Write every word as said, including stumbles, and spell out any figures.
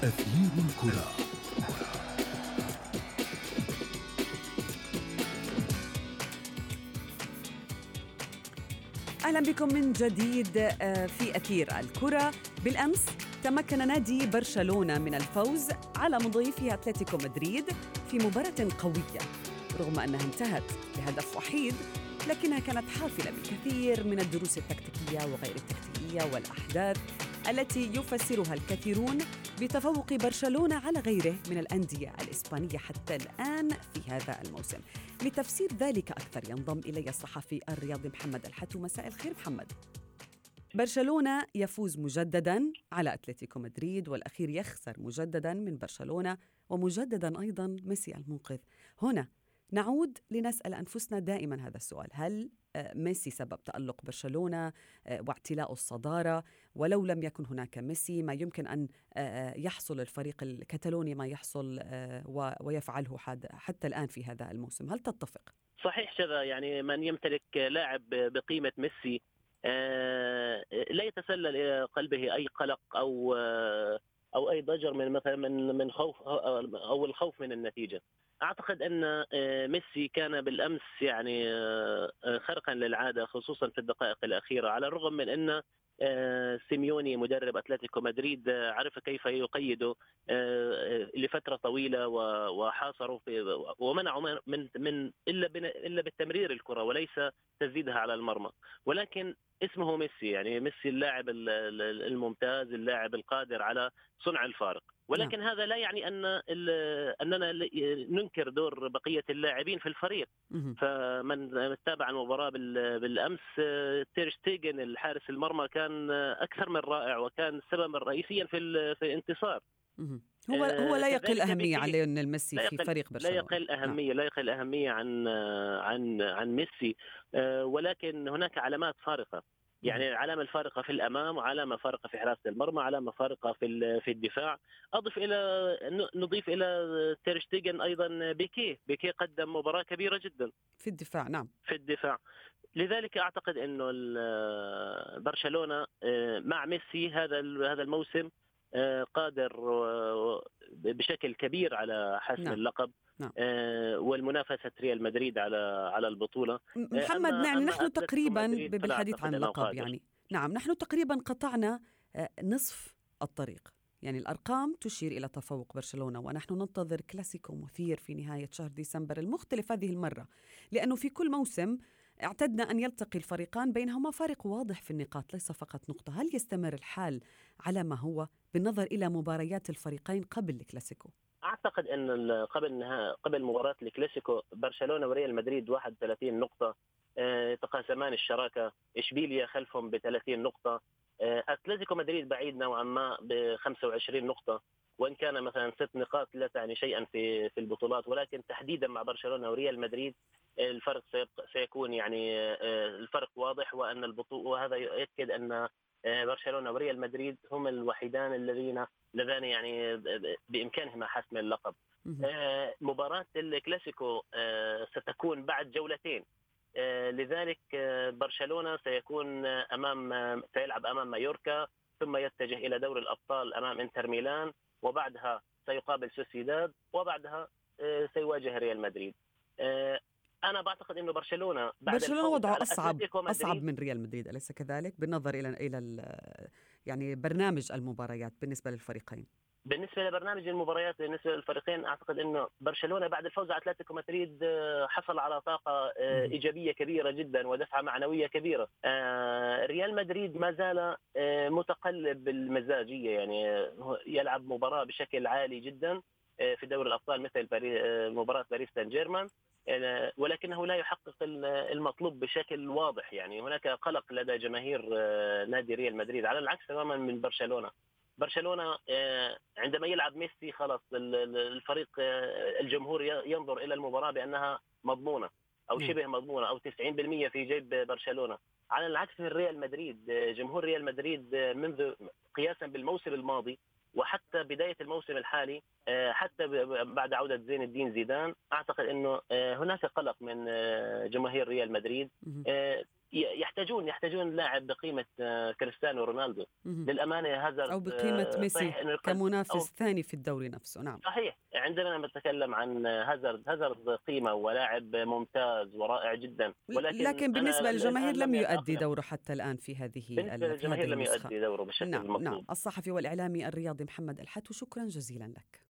أثير الكرة. أهلا بكم من جديد في أثير الكرة. بالأمس تمكن نادي برشلونة من الفوز على مضيفه أتلتيكو مدريد في مباراة قوية، رغم أنها انتهت بهدف وحيد، لكنها كانت حافلة بالكثير من الدروس التكتيكية وغير التكتيكية والأحداث التي يفسرها الكثيرون بتفوق برشلونة على غيره من الأندية الإسبانية حتى الآن في هذا الموسم. لتفسير ذلك أكثر ينضم إلي الصحفي الرياضي محمد الحتو. مساء الخير محمد. برشلونة يفوز مجدداً على أتلتيكو مدريد، والأخير يخسر مجدداً من برشلونة، ومجدداً أيضاً ميسي المنقذ. هنا نعود لنسأل أنفسنا دائماً هذا السؤال: هل ميسي سبب تألق برشلونة واعتلاء الصدارة؟ ولو لم يكن هناك ميسي ما يمكن أن يحصل الفريق الكتالوني ما يحصل ويفعله حتى الآن في هذا الموسم. هل تتفق؟ صحيح شذا، يعني من يمتلك لاعب بقيمة ميسي لا يتسلل إلى قلبه أي قلق أو أو أي ضجر من مثلا من من خوف أو الخوف من النتيجة. أعتقد أن ميسي كان بالأمس يعني خرقا للعادة، خصوصا في الدقائق الأخيرة، على الرغم من أن سيميوني مدرب أتلتيكو مدريد عرف كيف يقيده لفترة طويلة وحاصروا في ومنعوا من من إلا إلا بالتمرير الكرة وليس تسديدها على المرمى. ولكن اسمه ميسي، يعني ميسي اللاعب الممتاز، اللاعب القادر على صنع الفارق. ولكن نعم. هذا لا يعني أن أننا ننكر دور بقية اللاعبين في الفريق. فمن تابع المباراة بالأمس، تير شتيغن الحارس المرمى كان أكثر من رائع، وكان سببا رئيسيا في في الانتصار. هو هو لا يقل أهمية على ليونيل ميسي في فريق برشلونة. لا يقل أهمية نعم. لا يقل أهمية عن عن عن ميسي، ولكن هناك علامات فارقة، يعني علامة الفارقة في الأمام، وعلامة فارقة في حراسة المرمى، علامة فارقة في في الدفاع. أضف إلى نضيف إلى تير شتيغن أيضا بيكيه بيكيه قدم مباراة كبيرة جدا في الدفاع. نعم في الدفاع. لذلك أعتقد إنه برشلونة مع ميسي هذا هذا الموسم قادر بشكل كبير على حسم نعم. اللقب نعم. والمنافسة ريال مدريد على على البطولة. محمد، يعني نحن تقريبا بالحديث عن اللقب يعني نعم نحن تقريبا قطعنا نصف الطريق، يعني الأرقام تشير إلى تفوق برشلونة، ونحن ننتظر كلاسيكو مثير في نهاية شهر ديسمبر المختلف هذه المرة، لأنه في كل موسم اعتدنا أن يلتقي الفريقان بينهما فارق واضح في النقاط ليس فقط نقطة. هل يستمر الحال على ما هو بالنظر إلى مباريات الفريقين قبل الكلاسيكو؟ أعتقد أن قبل نها قبل مباراة الكلاسيكو برشلونة وريال مدريد واحد وثلاثين نقطة، يتقاسمان الشراكة. إشبيليا خلفهم بثلاثين نقطة، أتلتيكو مدريد بعيد نوعا ما بخمسة وعشرين نقطة، وإن كان مثلا ست نقاط لا تعني شيئا في في البطولات، ولكن تحديدا مع برشلونة وريال مدريد الفرق سيكون يعني الفرق واضح، وأن البطولة، وهذا يؤكد أن برشلونة وريال مدريد هم الوحيدان الذين لذان يعني بإمكانهما حسم اللقب. مباراة الكلاسيكو ستكون بعد جولتين، لذلك برشلونة سيكون أمام سيلعب أمام مايوركا، ثم يتجه إلى دوري الأبطال أمام إنتر ميلان، وبعدها سيقابل سوسيداد، وبعدها سيواجه ريال مدريد. أنا بعتقد إنه برشلونة بعد برشلونة وضعه أصعب أصعب من ريال مدريد، أليس كذلك؟ بالنظر إلى إلى يعني برنامج المباريات بالنسبة للفريقين. بالنسبة لبرنامج المباريات بالنسبة للفريقين، أعتقد إنه برشلونة بعد الفوز على أتلتيكو مدريد حصل على طاقة إيجابية كبيرة جدا ودفعة معنوية كبيرة. ريال مدريد ما زال متقلب بالمزاجية، يعني يلعب مباراة بشكل عالي جدا في دوري الأبطال مثل مباراة باريس سان جيرمان، ولكنه لا يحقق المطلوب بشكل واضح. يعني هناك قلق لدى جماهير نادي ريال مدريد على العكس تماما من برشلونة. برشلونة عندما يلعب ميسي خلاص الفريق الجمهور ينظر إلى المباراة بأنها مضمونة أو شبه مضمونة أو تسعين بالمئة في جيب برشلونة، على العكس من ريال مدريد. جمهور ريال مدريد منذ قياسا بالموسم الماضي وحتى بداية الموسم الحالي، حتى بعد عودة زين الدين زيدان، أعتقد أنه هناك قلق من جماهير ريال مدريد. يحتاجون يحتاجون لاعب بقيمة كريستيانو رونالدو. مهم. للأمانة هازارد أو بقيمة ميسي كمنافس ثاني في الدوري نفسه. نعم صحيح. عندما نتكلم عن هازارد هازارد قيمة ولاعب ممتاز ورائع جدا، ولكن لكن بالنسبة للجماهير لم يؤدي أقنع. دوره حتى الآن في هذه بالنسبة للجماهير لم النسخة. يؤدي دوره بشكل نعم المطلوب. نعم الصحفي والإعلامي الرياضي محمد الحتو، شكرا جزيلا لك.